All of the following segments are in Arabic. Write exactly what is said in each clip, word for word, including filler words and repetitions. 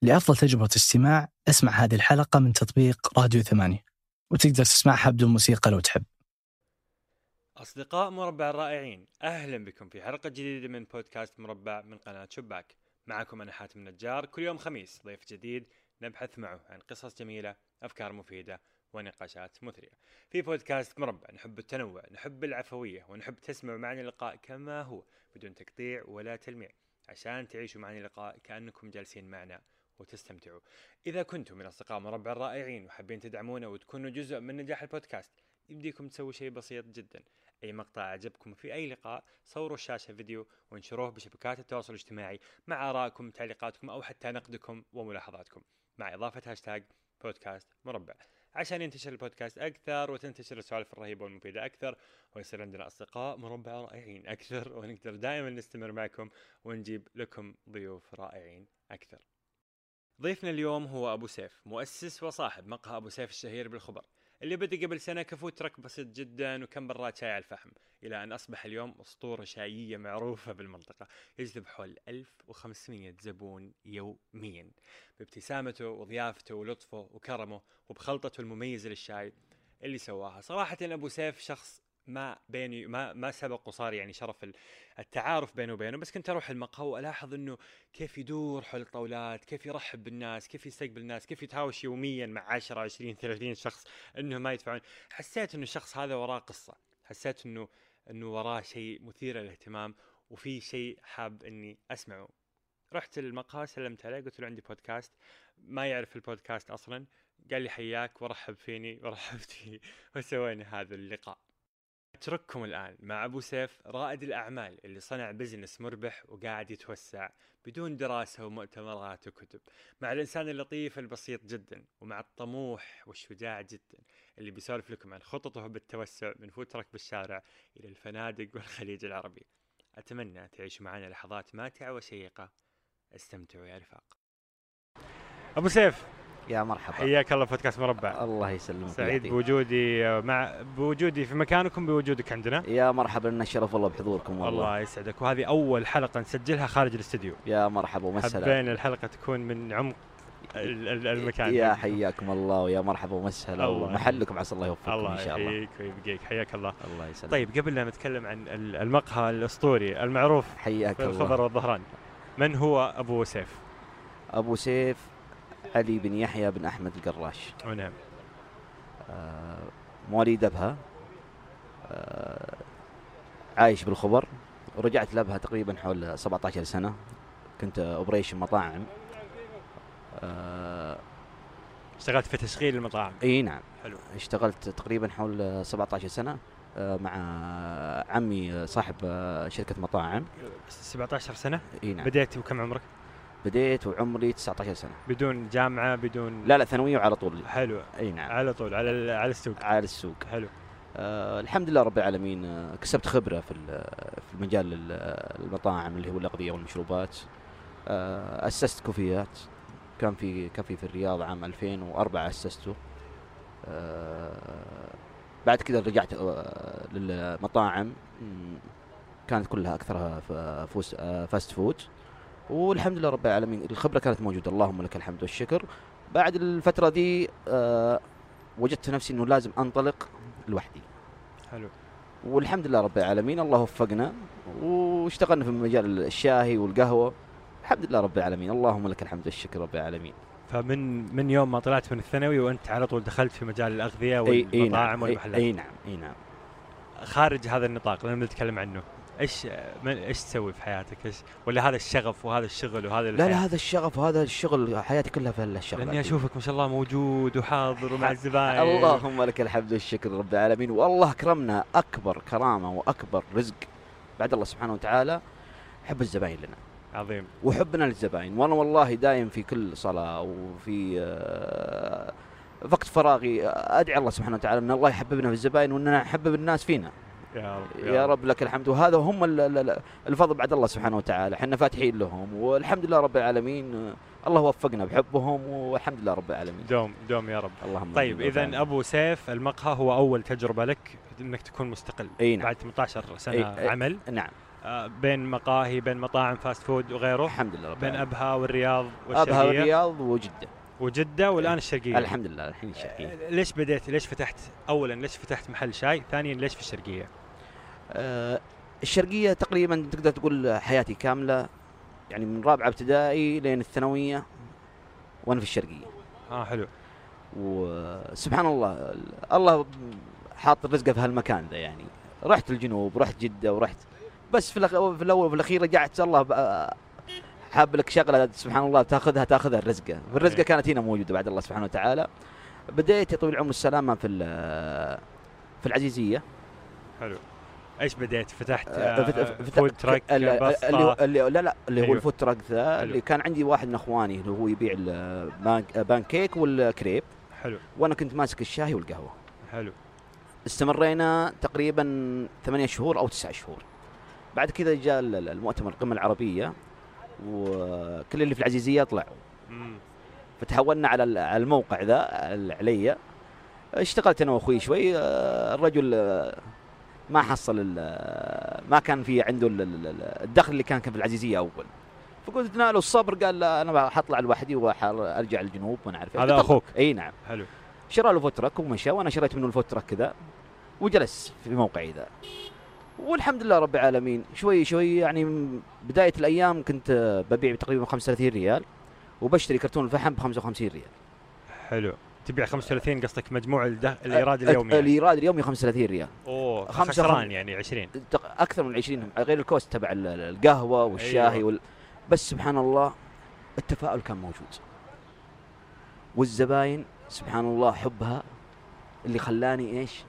لأفضل تجربة استماع اسمع هذه الحلقة من تطبيق راديو ثمانية، وتقدر تسمعها بدون موسيقى لو تحب. أصدقاء مربع الرائعين، أهلا بكم في حلقة جديدة من بودكاست مربع من قناة شباك. معكم أنا حاتم النجار، كل يوم خميس ضيف جديد نبحث معه عن قصص جميلة، أفكار مفيدة ونقاشات مثرية. في بودكاست مربع نحب التنوع، نحب العفوية، ونحب تسمعوا معنا اللقاء كما هو بدون تقطيع ولا تلميع، عشان تعيشوا معنا اللقاء كأنكم جالسين معنا وتستمتعوا. إذا كنتم من أصدقاء مربع الرائعين وحابين تدعمونا وتكونوا جزء من نجاح البودكاست، يبديكم تسوي شيء بسيط جدا. أي مقطع عجبكم في أي لقاء صوروا الشاشة فيديو وانشروه بشبكات التواصل الاجتماعي مع آرائكم، تعليقاتكم أو حتى نقدكم وملاحظاتكم، مع إضافة هاشتاج بودكاست مربع، عشان ينتشر البودكاست أكثر وتنتشر السوالف الرهيبة والمفيدة أكثر، ويصير عندنا أصدقاء مربع رائعين أكثر، ونقدر دائما نستمر معكم ونجيب لكم ضيوف رائعين أكثر. ضيفنا اليوم هو أبو سيف، مؤسس وصاحب مقهى أبو سيف الشهير بالخبر، اللي بدأ قبل سنة كفوت ترك بسيط جدا وكم براد شاي على الفحم، إلى أن أصبح اليوم أسطورة شايية معروفة بالمنطقة، يجذب حول ألف وخمسمية زبون يوميا بابتسامته وضيافته ولطفه وكرمه وبخلطته المميزة للشاي اللي سواها. صراحة أبو سيف شخص ما بيني ما ما سبق وصار يعني شرف التعارف بينه وبينه، بس كنت أروح المقهى وألاحظ إنه كيف يدور حول الطاولات، كيف يرحب بالناس، كيف يستقبل الناس، كيف يتهاوش يوميا مع عشرة عشرين ثلاثين شخص إنه ما يدفعون. حسيت إنه الشخص هذا وراه قصة، حسيت إنه إنه وراه شيء مثير للاهتمام وفي شيء حاب إني أسمعه. رحت المقهى سلمت عليه، قلت له عندي بودكاست، ما يعرف البودكاست أصلا، قال لي حياك ورحب فيني ورحبت فيه وسوينا هذا اللقاء. أترككم الآن مع أبو سيف، رائد الأعمال اللي صنع بزنس مربح وقاعد يتوسع بدون دراسة ومؤتمرات وكتب، مع الإنسان اللطيف البسيط جدا، ومع الطموح والشجاع جدا اللي بيسولف لكم عن خططه بالتوسع من فوترك بالشارع إلى الفنادق والخليج العربي. أتمنى تعيشوا معنا لحظات ماتعة وشيقة. استمتعوا يا رفاق. أبو سيف، يا مرحبا، حياك الله بودكاست مربع. الله يسلمك، سعيد بوجودي مع بوجودي في مكانكم، بوجودك عندنا. يا مرحبا، لنا الشرف والله بحضوركم والله. الله يسعدك، وهذه أول حلقة نسجلها خارج الاستديو. يا مرحبا ومسهلا. حبينا الحلقة تكون من عمق المكان. يا حياكم الله ويا مرحبا ومسهلا، ومحلكم عسى الله يوفقكم الله إن شاء الله. الله يحييك ويبقيك، حياك الله. الله يسلمك. طيب قبل لا نتكلم عن المقهى الأسطوري المعروف حياك في الله الخضر والظهران، من هو أبو سيف؟ أبو سيف علي بن يحيى بن أحمد القراش. نعم. آه مواليد أبها، آه عايش بالخبر، ورجعت لأبها تقريبا حول سبعة عشر سنة، كنت أوبريشن مطاعم. آه اشتغلت في تشغيل المطاعم؟ اي نعم. حلو. اشتغلت تقريبا حول سبعة عشر سنة مع عمي صاحب شركة مطاعم. سبعة عشر سنة؟ اي نعم. بديت وكم عمرك؟ بديت وعمري تسعة عشر سنة. بدون جامعة بدون؟ لا لا، ثانوية وعلى طول. حلو. اي نعم. على طول على على السوق. على السوق. حلو. آه الحمد لله رب العالمين. آه كسبت خبرة في في المجال المطاعم اللي هو الأغذية والمشروبات. آه أسست كوفيات، كان في كافي في الرياض عام ألفين وأربعة أسسته. آه بعد كذا رجعت آه للمطاعم، كانت كلها أكثرها فوس آه فاست فود، والحمد لله رب العالمين الخبرة كانت موجودة، اللهم لك الحمد والشكر. بعد الفترة دي آه وجدت نفسي أنه لازم أنطلق لوحدي. حلو. والحمد لله رب العالمين الله وفقنا واشتغلنا في مجال الشاهي والقهوة، الحمد لله رب العالمين، اللهم لك الحمد والشكر رب العالمين. فمن من يوم ما طلعت من الثانوي وأنت على طول دخلت في مجال الأغذية والمطاعم والمحلات؟ أي نعم أي نعم. خارج هذا النطاق لما نتكلم عنه، ايش ايش تسوي في حياتك؟ ايش ولا هذا الشغف وهذا الشغل وهذا لا لا هذا الشغف وهذا الشغل، حياتي كلها في هالشغل. لاني اشوفك ما شاء الله موجود وحاضر ومع الزبائن. اللهم لك الحمد والشكر رب العالمين، والله كرمنا اكبر كرامه واكبر رزق بعد الله سبحانه وتعالى حب الزبائن لنا. عظيم. وحبنا للزبائن، وانا والله دايم في كل صلاه وفي وقت فراغي ادعي الله سبحانه وتعالى ان الله يحببنا في الزبائن واننا نحبب الناس فينا. يا رب, يا, يا رب لك الحمد، وهذا هم الفضل بعد الله سبحانه وتعالى، حنا فاتحين لهم والحمد لله رب العالمين، الله وفقنا بحبهم والحمد لله رب العالمين. دوم دوم يا رب. اللهم. طيب إذن أبو سيف المقهى هو أول تجربة لك إنك تكون مستقل. نعم. بعد ثمانية عشر سنة أي عمل. نعم. آه بين مقاهي، بين مطاعم فاست فود وغيره؟ الحمد لله رب بين العالمين. أبها والرياض والشرقية. أبها والرياض وجدة وجدة والآن الشرقية. الحمد لله الحين الشرقية. آه ليش بديت، ليش فتحت أولا ليش فتحت محل شاي، ثانيا ليش في الشرقية؟ آه الشرقية تقريبا تقدر تقول حياتي كاملة، يعني من رابعة ابتدائي لين الثانوية وأنا في الشرقية. آه حلو. وسبحان الله الله حاط الرزق في هالمكان ذا، يعني رحت الجنوب، رحت جدة، ورحت بس في, الأخ... في الأول وفي الأخير رجعت الله بقى حاب لك شغلة سبحان الله تاخذها تاخذها الرزقة، والرزقة كانت هنا موجودة بعد الله سبحانه وتعالى. بديت طويل العمر السلامة في في العزيزية. حلو. ايش بديت؟ فتحت آه فود تراك اللي, اللي, اللي لا لا اللي أيوه. هو الفود تراك ذا اللي كان عندي واحد من اخواني اللي هو يبيع البانكيك والكريب. حلو. وانا كنت ماسك الشاي والقهوة. حلو. استمرينا تقريبا ثمانية شهور او تسعة شهور. بعد كذا جاء المؤتمر القمة العربية وكل اللي في العزيزية طلعوا. مم. فتحولنا على الموقع ذا علي. اشتغلت انا واخوي شوي. الرجل ما حصل ما كان في عنده الدخل اللي كان في العزيزية اول، فقلت له الصبر. قال لا انا حطلع لوحدي وارجع الجنوب وانا عارف. هذا اخوك؟ اي نعم. حلو. شرى له فترك ومشى وانا شريت منه الفترك كذا وجلس في موقعي ذا، والحمد لله رب العالمين. شوي شوي يعني بداية الايام كنت ببيع تقريبا خمسة وثلاثين ريال وبشتري كرتون الفحم ب خمسة وخمسين ريال. حلو. تبيع خمسة وثلاثين قصدك مجموع الايراد اليومي؟ يعني. الايراد اليومي خمسة وثلاثين ريال. اوه خسران يعني عشرين، اكثر من عشرين غير الكوست تبع القهوه والشاي. أيوة. وال... بس سبحان الله التفاؤل كان موجود، والزباين سبحان الله حبها اللي خلاني ايش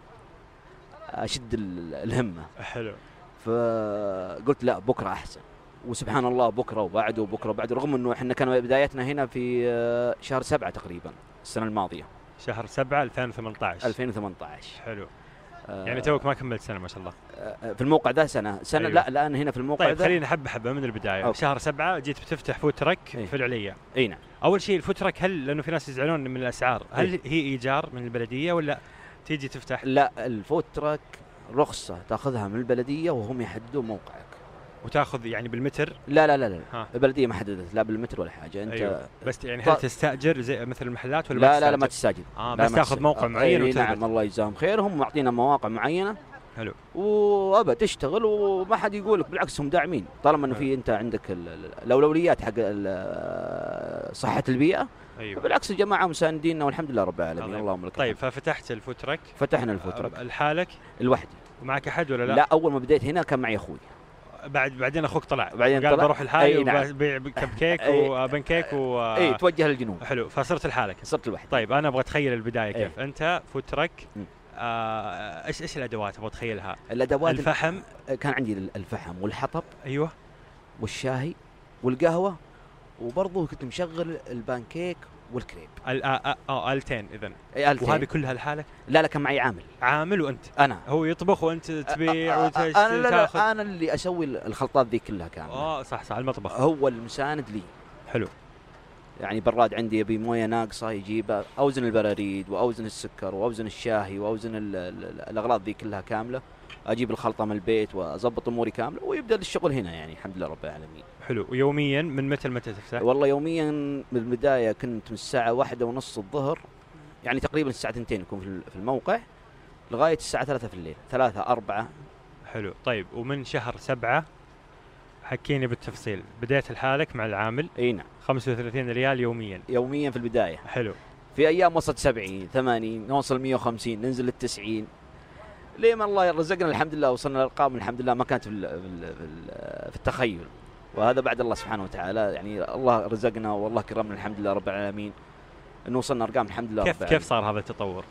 اشد الهمه. حلو. فقلت لا بكره احسن، وسبحان الله بكره وبعده وبكره وبعده، رغم انه احنا كان بدايتنا هنا في شهر سبعة تقريبا السنه الماضيه. شهر سبعة ألفين وثمانية عشر. ألفين وثمانية عشر. حلو. آه يعني توك ما كملت سنه ما شاء الله. آه في الموقع ده سنه سنه. أيوه. لا الان هنا في الموقع. طيب خلينا حبه حبه من البدايه. أوكي. شهر سبعة جيت بتفتح فود تراك. أيه. في العليا. اي نعم. اول شيء الفود تراك، هل لانه في ناس يزعلون من الاسعار، هل أيه. هي ايجار من البلديه ولا تيجي تفتح؟ لا الفود تراك رخصه تاخذها من البلديه وهم يحددون موقعك وتاخذ يعني بالمتر. لا لا لا, لا. ها. البلديه ما حددت لا بالمتر ولا حاجه. انت أيوه. بس يعني هل تستاجر زي مثل المحلات ولا لا ما لا لا ما تستاجر. اه بس تاخذ موقع معين وتثبت. نعم الله يجزاهم خير، هم معطينا مواقع معينه. حلو. وابى تشتغل وما حد يقول لك، بالعكس هم داعمين طالما انه في انت عندك الاولويات حق صحه البيئه. أيوه. بالعكس الجماعه مسانديننا والحمد لله رب العالمين. اللهم لك. طيب ففتحت الفود تراك. فتحنا الفود تراك. لحالك لوحدي؟ ومعك احد ولا لا؟ لا اول ما بديت هنا كان معي اخوي. بعد بعدين اخوك طلع بعدين قال طلع بروح لحالي وببيع نعم. كب كيك وبن كيك و اي توجه للجنوب. حلو. فصرت لحالك؟ صرت لوحدي. طيب انا ابغى اتخيل البدايه كيف. أي. انت فود تراك. آه ايش ايش الادوات ابغى اتخيلها؟ الادوات الفحم. كان عندي الفحم والحطب. ايوه. والشاي والقهوه، وبرضه كنت مشغل البانكيك والكريب. اه اه التين اذا. وهذه كلها لحالك؟ لا لا كان معي عامل. عامل وانت؟ انا. هو يطبخ وانت تبيع وتاخذ؟ انا لا لا انا اللي اسوي الخلطات ذي كلها كامله. اه صح صح المطبخ هو المساند لي. حلو. يعني براد عندي يبي مويه ناقصه يجيبها، اوزن البراريد واوزن السكر واوزن الشاهي واوزن الاغراض ذي كلها كامله، اجيب الخلطه من البيت واضبط اموري كامله ويبدا الشغل هنا يعني الحمد لله رب العالمين. حلو. ويوميا من متى لمتى تفتح؟ والله يوميا من البدايه كنت من الساعه واحدة ونص الظهر، يعني تقريبا الساعه اثنتين يكون في الموقع لغايه الساعه ثلاثة في الليل، ثلاثة أربعة. حلو. طيب ومن شهر سبعة حكيني بالتفصيل، بديت لحالك مع العامل. اي نعم. خمسة وثلاثين ريال يوميا. يوميا في البدايه. حلو. في ايام وصلت سبعين ثمانين، نوصل مية وخمسين، ننزل للتسعين، ليه ما الله رزقنا الحمد لله وصلنا لارقام الحمد لله ما كانت في في التخيل، وهذا بعد الله سبحانه وتعالى. يعني الله رزقنا والله كرمنا الحمد لله رب العالمين انه وصلنا ارقام الحمد لله. كيف كيف صار هذا التطور؟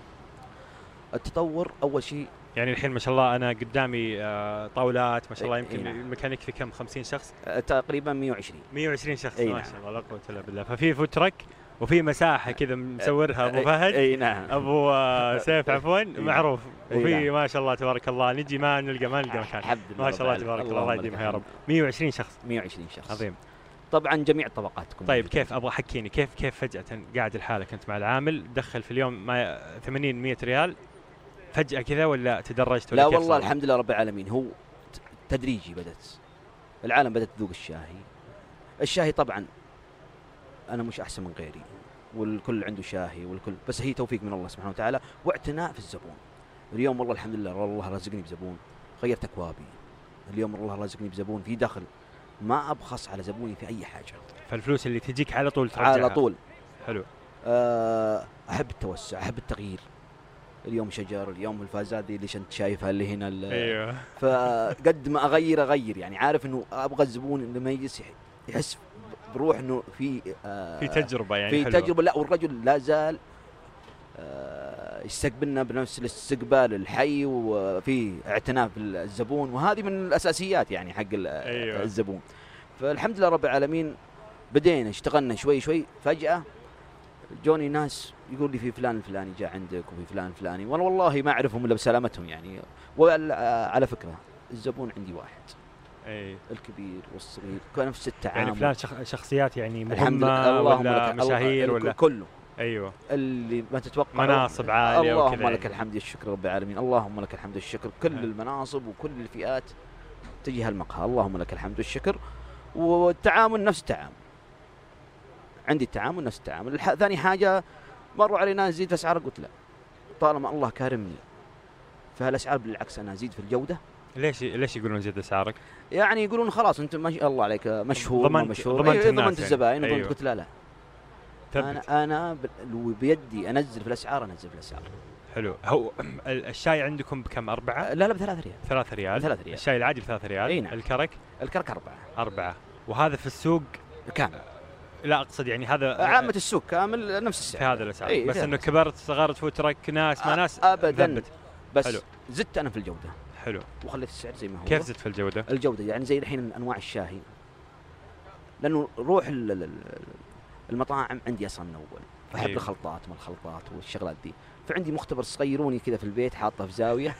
التطور اول شيء يعني الحين ما شاء الله انا قدامي طاولات ما شاء الله يمكن المكان يكفي كم خمسين شخص تقريبا مية وعشرين مية وعشرين شخص. ما شاء الله لا قوه الا بالله. ففي فود تراك وفي مساحه كذا مصورها ابو فهد. اي نعم. ابو سيف عفوا معروف. وفي ما شاء الله تبارك الله نجي ما نلقى ما نلقى مكان. ما شاء الله تبارك الله الله يديمها يا رب. مية وعشرين شخص. مية وعشرين شخص عظيم. طبعا جميع الطبقات. طيب كيف ابغى حكيني كيف كيف فجاه قاعد لحالك انت مع العامل تدخل في اليوم ما ثمانين مية ريال فجاه كذا ولا تدرجت ولا لا كيف والله صار؟ الحمد لله رب العالمين هو تدريجي بدأت. العالم بدأت تذوق الشاهي. الشاهي طبعا أنا مش أحسن من غيري، والكل عنده شاهي والكل، بس هي توفيق من الله سبحانه وتعالى واعتناء في الزبون. اليوم والله الحمد لله والله رزقني بزبون غيرت أكوابي. اليوم والله رزقني بزبون في دخل، ما أبخص على زبوني في أي حاجة. فالفلوس اللي تجيك على طول ترجعها على طول. حلو. أه أحب التوسع، أحب التغيير. اليوم شجر، اليوم الفازات دي اللي انت شايفها اللي هنا. ايوه. فقد ما اغير اغير يعني عارف انه ابغى الزبون لما يجلس يحس بروح انه في آه في تجربه يعني في حلوة. تجربه. لا والرجل لا زال آه يستقبلنا بنفس الاستقبال الحي وفي اعتناء بالزبون، وهذه من الاساسيات يعني حق أيوة. الزبون. فالحمد لله رب العالمين بدينا اشتغلنا شوي شوي. فجأة جوني ناس يقول لي في فلان الفلاني جاء عندك وفي فلان الفلاني، وانا والله ما اعرفهم الا بسلامتهم يعني. وعلى فكره الزبون عندي واحد، اي الكبير والصغير كان نفس التعامل. يعني فلان شخ... شخصيات يعني مهمه ولا مشاهير ولا كله. ايوه اللي ما تتوقع، مناصب عاليه اللهم وكذا. لك الحمد والشكر رب العالمين، اللهم لك الحمد والشكر. كل هل. المناصب وكل الفئات تجي هالمقهى، اللهم لك الحمد والشكر. والتعامل نفس التعامل عندي، التعامل نفس التعامل. ثاني حاجة مروا علينا نزيد في أسعار، قلت لا، طالما الله كارمني فهالأسعار بالعكس أنا أزيد في الجودة. ليش ليش يقولون زيد أسعارك؟ يعني يقولون خلاص أنت ما شاء الله عليك مشهور ضمنت مشهور ضمنت, أيه ضمنت الزبائن. أيوه. قلت لا لا ثبت. أنا أنا بيدي أنزل في الأسعار، أنزل في الأسعار. حلو. هو الشاي عندكم بكم؟ أربعة؟ لا لا بثلاث ريال. ثلاث ريال. ثلاث ريال. الشاي العادي بثلاث ريال. أي نعم. الكرك؟ الكرك أربعة. أربعة. وهذا في السوق كامل؟ لا أقصد يعني هذا عامة السوق كامل نفس السعر في هذا الأسعار. أيه بس إنه كبرت صغرت فوترك ناس ما ناس أبدا ثبت. بس حلو. زدت أنا في الجودة. حلو. وخليت السعر زي ما هو. كيف زدت في الجودة؟ الجودة يعني زي الحين أنواع الشاهي، لأنه روح المطاعم عندي أصلا من أول، فأحب أيوه. الخلطات ما الخلطات والشغلات دي. فعندي مختبر صغيروني كذا في البيت حاطه في زاوية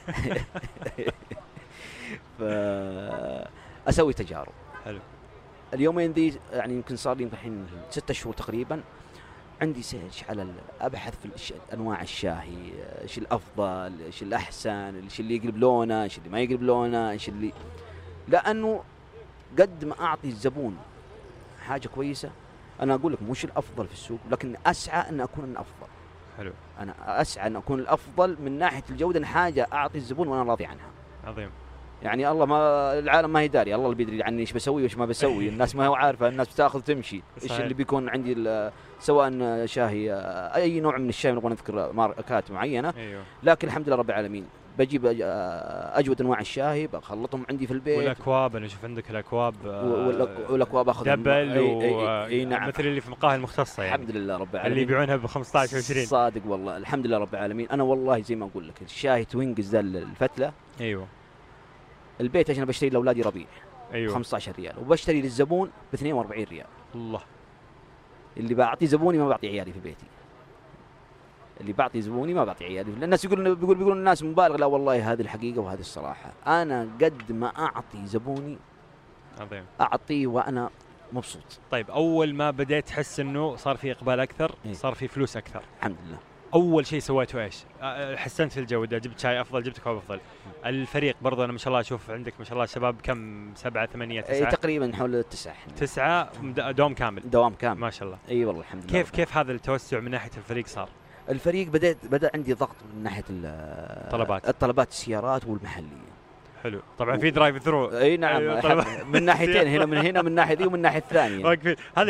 فأسوي تجارب. حلو. اليومين ذي يعني يمكن صار لي الحين ستة شهور تقريبا عندي سيرش على أبحث في أنواع الشاهي، إيش الأفضل، إيش الأحسن، إيش اللي يقلب لونه، إيش اللي ما يقلب لونه، إيش اللي، لأنه قد ما أعطي الزبون حاجة كويسة. أنا أقول لك مش الأفضل في السوق، لكن أسعى أن أكون الأفضل. حلو. أنا أسعى أن أكون الأفضل من ناحية الجودة، إن حاجة أعطي الزبون وأنا راضي عنها. عظيم. يعني الله ما العالم ما يداري، الله اللي بيدري عني ايش بسوي وايش ما بسوي. الناس ما هو عارفه، الناس بتاخذ تمشي. ايش اللي بيكون عندي سواء شاهي اي نوع من الشاي، نبغى نذكر ماركات معينه. أيوه. لكن الحمد لله رب العالمين بجيب اجود انواع الشاي بخلطهم عندي في البيت. والاكواب انا اشوف عندك الاكواب والاكواب اخذ دبل و... اي نعم. مثل اللي في المقاهي المختصه يعني. الحمد لله رب العالمين. اللي يبيعونها ب خمسطعش وعشرين. صادق والله الحمد لله رب العالمين. انا والله زي ما اقول لك الشاي توينجز ذا الفتله. ايوه. البيت عشان بشتري لاولادي ربيع. ايوه. خمسة عشر ريال، وبشتري للزبون ب اثنين وأربعين ريال. الله. اللي بعطي زبوني ما بعطي عيالي في بيتي. اللي بعطي زبوني ما بعطي عيالي. الناس يقولون بيقول بيقولون الناس مبالغ، لا والله هذه الحقيقه وهذه الصراحه. انا قد ما اعطي زبوني عظيم اعطيه وانا مبسوط. طيب اول ما بديت تحس انه صار في اقبال اكثر، إيه؟ صار في فلوس اكثر، الحمد لله. اول شيء سويته ايش؟ حسنت في الجوده، جبت شاي افضل، جبت كوب افضل. الفريق برضه انا ما شاء الله اشوف عندك ما شاء الله شباب كم سبعة ثمانية تسعة. اي تقريبا حول تسعة. تسعة دوام كامل. دوام كامل ما شاء الله. اي والله الحمد لله. كيف كيف هذا التوسع من ناحيه الفريق صار؟ الفريق بدأت بدأ عندي ضغط من ناحيه الطلبات الطلبات السيارات والمحليه. حلو. طبعا في درايف ثرو. اي نعم. أيوة من ناحيتين، هنا من هنا من ناحيه ذي ومن الناحيه الثانيه. واقفين. هذه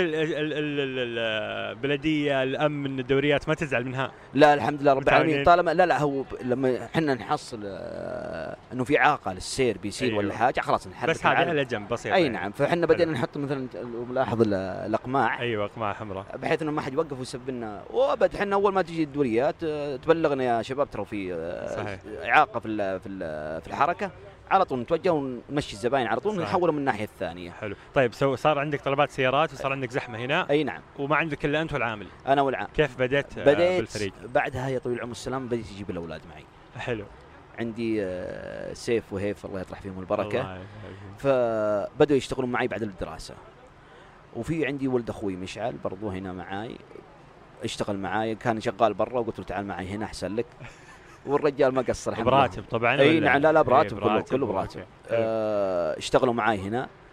البلديه الامن الدوريات ما تزعل منها؟ لا الحمد لله رب العالمين. طالما لا لا هو لما احنا نحصل آه انه في اعاقه للسير بيصير. أيوة. ولا حاجه خلاص نحرك بس هذه على جنب بسيطه. اي نعم. فاحنا بدينا نحط مثلا ملاحظ الاقماع. ايوه اقماع حمراء بحيث انه ما حد يوقف ويسب لنا. وابد احنا اول ما تجي الدوريات تبلغنا يا شباب ترى في اعاقه في في الحركه، على طول نتوجه ونمشي الزباين على طول ونحولهم من الناحيه الثانيه. حلو. طيب سو صار عندك طلبات سيارات وصار عندك زحمه هنا. اي نعم. وما عندك الا انت والعامل. انا والعامل. كيف بديت؟ بديت بالفريق بعدها يا طويل العمر السلام بديت اجيب الاولاد معي. حلو. عندي سيف وهيف الله يطلع فيهم البركه، فبدأوا يشتغلون معي بعد الدراسه. وفي عندي ولد اخوي مشعل برضو هنا معاي، اشتغل معاي، كان شغال برا وقلت له تعال معي هنا احسن لك. والرجال ما قصر براتب طبعا. اي نعم. لا لا براتب كله كله براتب. آه اشتغلوا معاي هنا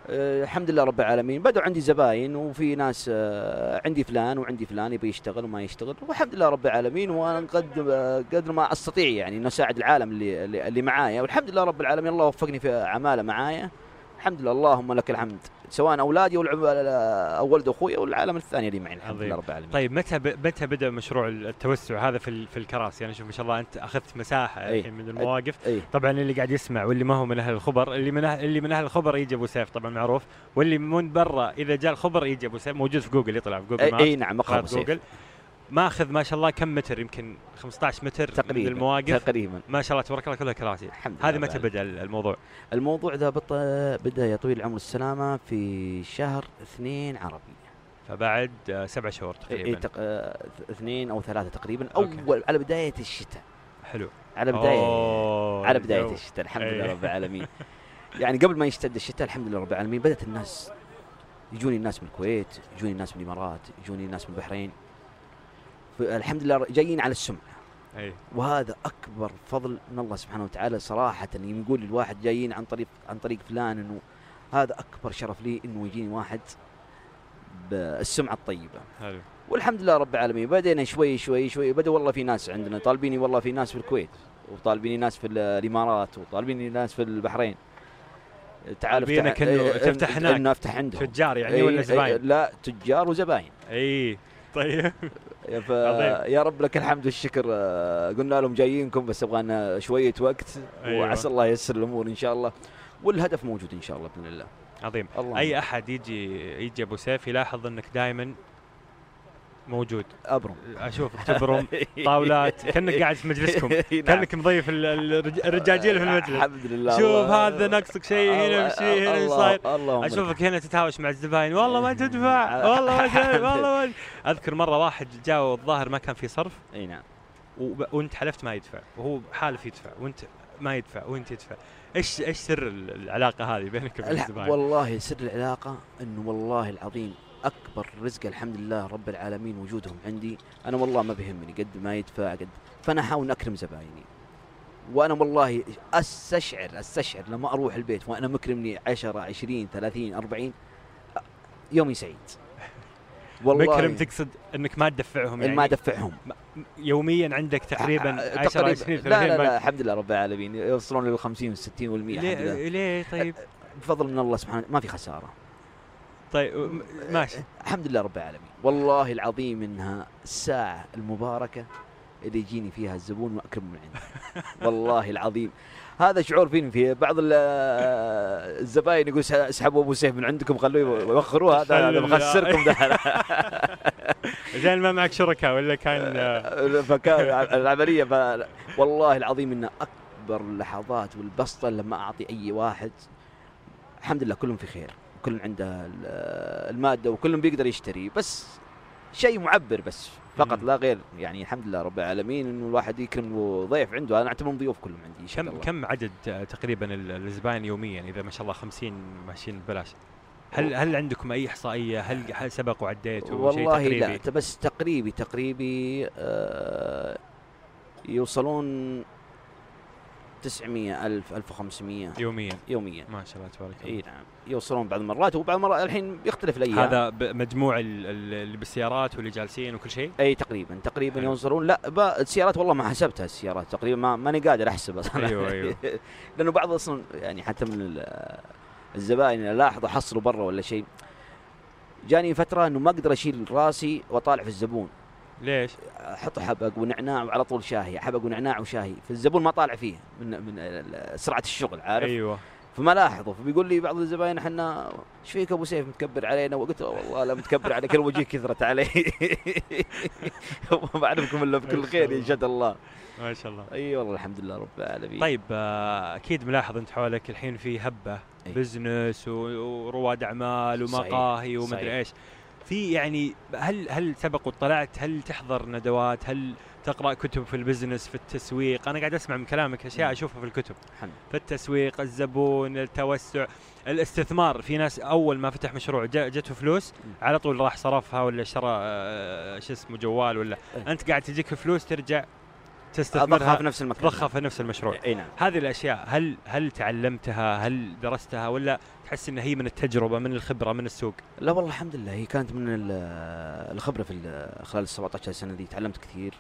أه الحمد لله رب العالمين. بدأوا عندي زباين وفي ناس أه عندي فلان وعندي فلان يبي يشتغل وما يشتغل، والحمد لله رب العالمين. وانا قد قدر ما استطيع يعني انه اساعد العالم اللي اللي معايا، والحمد لله رب العالمين. الله وفقني في عماله معايا الحمد لله، اللهم لك الحمد، سواء اولادي او ولد اخوي او العالم الثاني اللي معي الحمد لله رب العالمين. طيب متى ب... متى بدا مشروع التوسع هذا في ال... في الكراسي؟ يعني شوف ما شاء الله انت اخذت مساحه الحين من المواقف. أي. طبعا اللي قاعد يسمع واللي ما هو من اهل الخبر، اللي من أهل... اللي من اهل الخبر يجي ابو سيف طبعا معروف، واللي من برا اذا جاء الخبر يجي ابو سيف، موجود في جوجل، يطلع في جوجل. اي, أي نعم مقهى ابو سيف. ماخذ ما شاء الله كم متر؟ يمكن خمسة عشر متر تقريبا من المواقف تقريبا ما شاء الله تبارك الله، كلها كراسي. هذه متى بدا الموضوع؟ الموضوع ذا بدا يا طويل العمر السلامه في شهر اثنين عربي، فبعد سبع شهور تقريبا. إيه تق... اثنين او ثلاثه تقريبا. أوكي. اول على بدايه الشتاء. حلو. على بدايه أوه على بدايه الشتاء الحمد لله رب العالمين. يعني قبل ما يشتد الشتاء الحمد لله رب العالمين بدات الناس يجوني، الناس من الكويت، يجوني الناس من الامارات، يجوني الناس من البحرين، الحمد لله جايين على السمعة. أي. وهذا أكبر فضل من الله سبحانه وتعالى صراحة. يقول الواحد جايين عن طريق عن طريق فلان، إنه هذا أكبر شرف لي إنه يجيني واحد بالسمعة الطيبة. حلو. والحمد لله رب العالمين. بدينا شوي شوي شوي، بدأ والله في ناس عندنا طالبيني، والله في ناس في الكويت، وطالبيني ناس في الإمارات، وطالبيني ناس في البحرين. تعال افتح انه تفتح هناك، انه افتح عندهم. تجار يعني ولا زباين؟ لا تجار وزباين. اي طيب. يا رب لك الحمد والشكر. قلنا لهم جايينكم بس ابغانا شويه وقت. أيوة. وعسى الله ييسر الامور ان شاء الله، والهدف موجود ان شاء الله باذن الله. عظيم. اي احد يجي يجي ابو سيف يلاحظ انك دائما موجود. ابرم اشوفك تبرم طاولات كانك قاعد في مجلسكم. كانك مضيف الرجاجيل في المجلس. الحمد لله. شوف هذا ناقصك شيء هنا، شيء هنا صاير. اشوفك هنا تتهاوش مع الزباين، والله ما تدفع، والله ما تدفع، والله ما. اذكر مره واحد جاء الظاهر ما كان في صرف. اي نعم. وانت حلفت ما يدفع، وهو حالف يدفع، وانت ما يدفع وانت تدفع. ايش ايش سر العلاقه هذه بينك وبين الزباين؟ والله سر العلاقه انه والله العظيم أكبر رزق الحمد لله رب العالمين وجودهم عندي. أنا والله ما بيهمني قد ما يدفع قد، فأنا أحاول أكرم زبايني. وأنا والله أستشعر أستشعر لما أروح البيت وأنا مكرمني عشرة عشرين ثلاثين أربعين يومي سعيد. والله مكرم تقصد أنك ما تدفعهم يعني؟ ما أدفعهم يوميا عندك تقريبا عشرة عشرين ثلاثين. لا لا, لا الحمد لله رب العالمين يوصلون للخمسين والستين والمئة. ليه, ليه طيب؟ بفضل من الله سبحانه، ما في خسارة. طيب ماشي الحمد لله رب العالمين. والله العظيم انها الساعة المباركة اللي يجيني فيها الزبون واكرم من عنده. والله العظيم هذا شعور فيني. في بعض الزباين يقول اسحبوا ابو سيف من عندكم خلوه يوخروه، هذا انا بخسركم ده. زين ما معك شركاء ولا كان فكان العملية ف... والله العظيم ان اكبر اللحظات والبسطة لما اعطي اي واحد. الحمد لله كلهم في خير، كل عنده المادة وكلهم بيقدر يشتري، بس شيء معبر بس فقط لا غير. يعني الحمد لله رب العالمين انه الواحد يكرم ضيف عنده. انا اعتبرهم ضيوف كلهم عندي. كم كم عدد تقريبا الزبائن يوميا اذا ما شاء الله خمسين ماشيين ببلاش؟ هل هل عندكم اي احصائيه؟ هل سبق وعديتوا شيء تقريبي؟ والله لا، بس تقريبي تقريبي آه يوصلون تسعمية ألف ألف وخمسمية يوميا. يوميا ما شاء الله تبارك الله. اي نعم يوصلون بعض المرات، وبعض المرات الحين يختلف الايام. هذا مجموع اللي بالسيارات واللي جالسين وكل شيء؟ اي تقريبا تقريبا يوصلون. لا السيارات والله ما حسبتها السيارات تقريبا، ما ماني قادر احسب اصلا. ايوه ايوه. لانه بعض اصلا يعني حتى من الزبائن الاحظ احصلوا برا ولا شيء. جاني فتره انه ما اقدر اشيل راسي واطالع في الزبون. ليش؟ احط حبق ونعناع وعلى طول شاهي، حبق ونعناع وشاهي، فالزبون ما طالع فيه من من سرعه الشغل، عارف؟ ايوه. فما لاحظه، فبيقول لي بعض الزباين احنا ايش فيك ابو سيف متكبر علينا؟ وقلت له والله لا متكبر عليك، الوجه كثرت علي. ما بعرفكم الا بكل خير ان شاء الله. ما شاء الله. اي أيوة والله الحمد لله رب العالمين. طيب اكيد ملاحظ انت حولك الحين في هبه أي. بزنس ورواد اعمال ومقاهي ومدري ايش. في يعني هل هل سبق وطلعت؟ هل تحضر ندوات؟ هل تقرأ كتب في البزنس في التسويق؟ أنا قاعد أسمع من كلامك أشياء أشوفها في الكتب. حن. في التسويق، الزبون، التوسع، الاستثمار. في ناس أول ما فتح مشروع جاته فلوس على طول راح صرفها ولا شرى شو اسمه جوال ولا. أنت قاعد تجيك فلوس ترجع تستثمرها في نفس المكان، تضخها في نفس المشروع. اي نعم. هذه الاشياء هل هل تعلمتها، هل درستها، ولا تحس ان هي من التجربه، من الخبره، من السوق؟ لا والله الحمد لله هي كانت من الخبره في خلال ال سبعة عشر سنه دي، تعلمت كثير.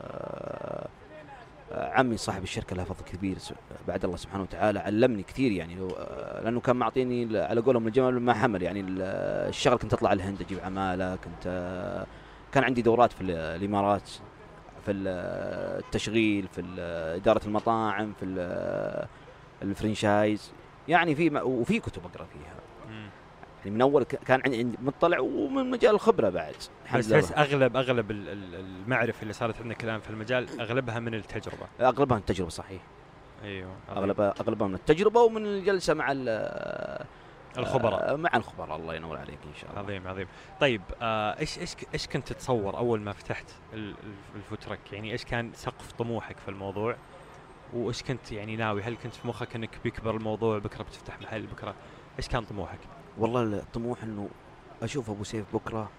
عمي صاحب الشركه له فضل كبير بعد الله سبحانه وتعالى، علمني كثير يعني، لانه كان معطيني على قولهم الجمل ما حمل يعني. الشغل كنت اطلع الهند اجيب عماله، كنت كان عندي دورات في الامارات في التشغيل، في اداره المطاعم، في الفرنشايز يعني، في وفي كتب اقرا فيها يعني من اول كان عندي مطلع، ومن مجال الخبره بعد. بس بس اغلب اغلب المعرفه اللي صارت عندك الان في المجال اغلبها من التجربه. اغلبها من التجربه صحيح. ايوه اغلبها اغلبها من التجربه ومن الجلسه مع الخبراء. مع الخبراء الله ينور عليك ان شاء الله. عظيم عظيم. طيب آه ايش ايش ايش كنت تتصور اول ما فتحت الفوترك؟ يعني ايش كان سقف طموحك في الموضوع، وايش كنت يعني ناوي؟ هل كنت في مخك انك بيكبر الموضوع بكره بتفتح محل بكره؟ ايش كان طموحك؟ والله الطموح انه اشوف ابو سيف بكره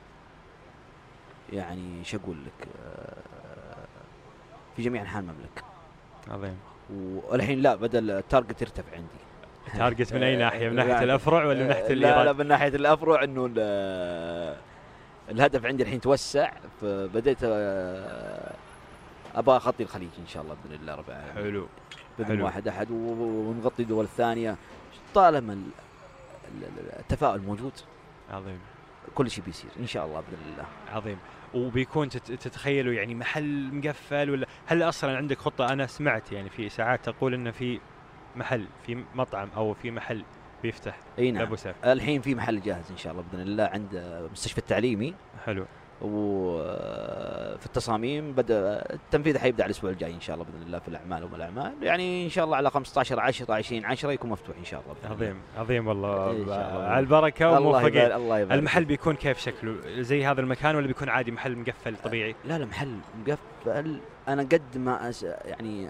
يعني ايش اقول لك في جميع انحاء المملكه. عظيم. والحين لا بدا التارجت يرتفع عندي. تارجت من اي ناحيه؟ من ناحيه الافرع ولا من ناحيه الايراد؟ لا لا من ناحيه الافرع، انه الهدف عندي الحين توسع، فبديت ابغى اغطي الخليج ان شاء الله باذن الله رب العالمين. حلو. باذن واحد احد ونغطي الدول الثانيه طالما التفاؤل موجود. عظيم. كل شيء بيصير ان شاء الله باذن الله. عظيم. وبيكون تتخيلوا يعني محل مقفل، ولا هل اصلا عندك خطه؟ انا سمعت يعني في ساعات تقول انه في محل، في مطعم او في محل بيفتح. اي نعم. الحين في محل جاهز ان شاء الله باذن الله عند مستشفى التعليمي. حلو. وفي التصاميم بدا التنفيذ حيبدا على الاسبوع الجاي ان شاء الله باذن الله في الاعمال وما الاعمال يعني ان شاء الله على خمسة عشر عشرة عشرين عشرة يكون مفتوح ان شاء الله. عظيم عظيم والله على البركه وموفقين. المحل بيكون كيف شكله؟ زي هذا المكان ولا بيكون عادي محل مقفل طبيعي؟ لا لا محل مقفل. انا قد ما أس يعني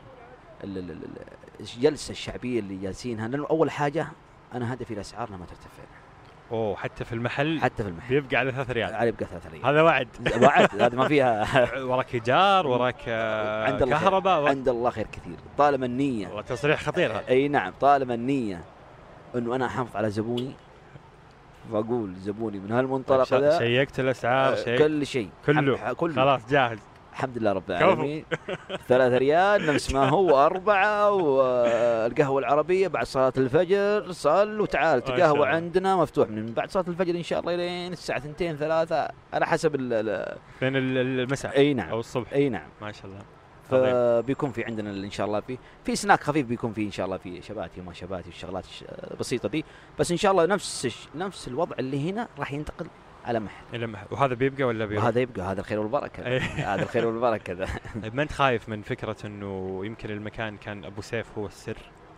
الجلسه الشعبيه اللي جالسينها، لانه اول حاجه انا هدفي الاسعار انها ما ترتفع. اوه حتى في المحل؟ حتى في المحل بيبقى على ثلاث ريال. على يبقى ثلاث ريال. هذا وعد. وعد هذا ما فيها. وراك ايجار، وراك كهرباء، عند الله خير كثير طالما النيه. والله تصريح خطير هذا. اي نعم، طالما النية انه انا احافظ على زبوني، فاقول زبوني من هالمنطلق ذا. شيكت الاسعار، شيء كل شيء كله كله خلاص جاهز الحمد لله رب العالمين. ثلاثة ريال نفس ما هو أربعة. والقهوة العربية بعد صلاة الفجر صل وتعال تقهوى عندنا مفتوح من بعد صلاة الفجر إن شاء الله لين الساعة اثنتين ثلاثة على حسب بين المساء أي نعم أو الصبح. أي نعم ما شاء الله. فبيكون في عندنا إن شاء الله في في سناك خفيف بيكون في إن شاء الله في شباتي وما شباتي والشغلات البسيطة دي، بس إن شاء الله نفس نفس الوضع اللي هنا راح ينتقل على محل. إلى محل. وهذا بيبقى ولا بيبقى؟ وهذا يبقى، هذا الخير والبركة. هذا الخير والبركة ذا. طيب ما أنت خايف من فكرة إنه يمكن المكان كان أبو سيف هو السر؟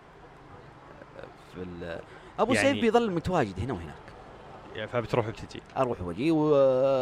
في أبو يعني سيف بيظل متواجد هنا وهناك. يعني فبتروح وبتجي. أروح وأجي و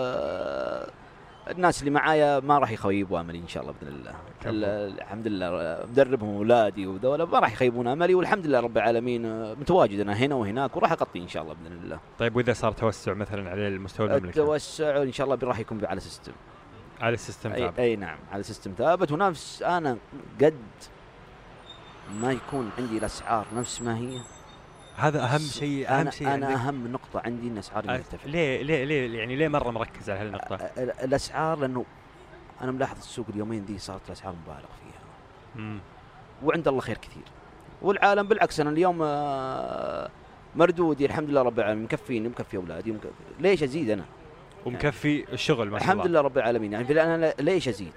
الناس اللي معايا ما راح يخيبوا املي ان شاء الله باذن الله. الحمد لله مدربهم اولادي وذولا ما راح يخيبون املي، والحمد لله رب العالمين متواجد انا هنا وهناك وراح اغطي ان شاء الله باذن الله. طيب واذا صار توسع مثلا على المستوى المملكه؟ التوسع ان شاء الله راح يكون على سيستم. على سيستم ثابت. اي نعم على سيستم ثابت، ونفس انا قد ما يكون عندي الاسعار نفس ما هي. هذا اهم شيء. اهم أنا, شيء أنا اهم نقطه عندي ان اسعاري مرتفعه. ليه ليه ليه يعني ليه مره مركز على هالنقطه؟ الاسعار لانه انا ملاحظ السوق اليومين دي صارت الاسعار مبالغ فيها. امم وعند الله خير كثير، والعالم بالعكس. انا اليوم مردودي الحمد لله رب العالمين، مكفيني مكفي اولادي مكفي. ليش ازيد انا؟ ومكفي الشغل ما شاء الله الحمد لله رب العالمين. يعني انا ليش ازيد؟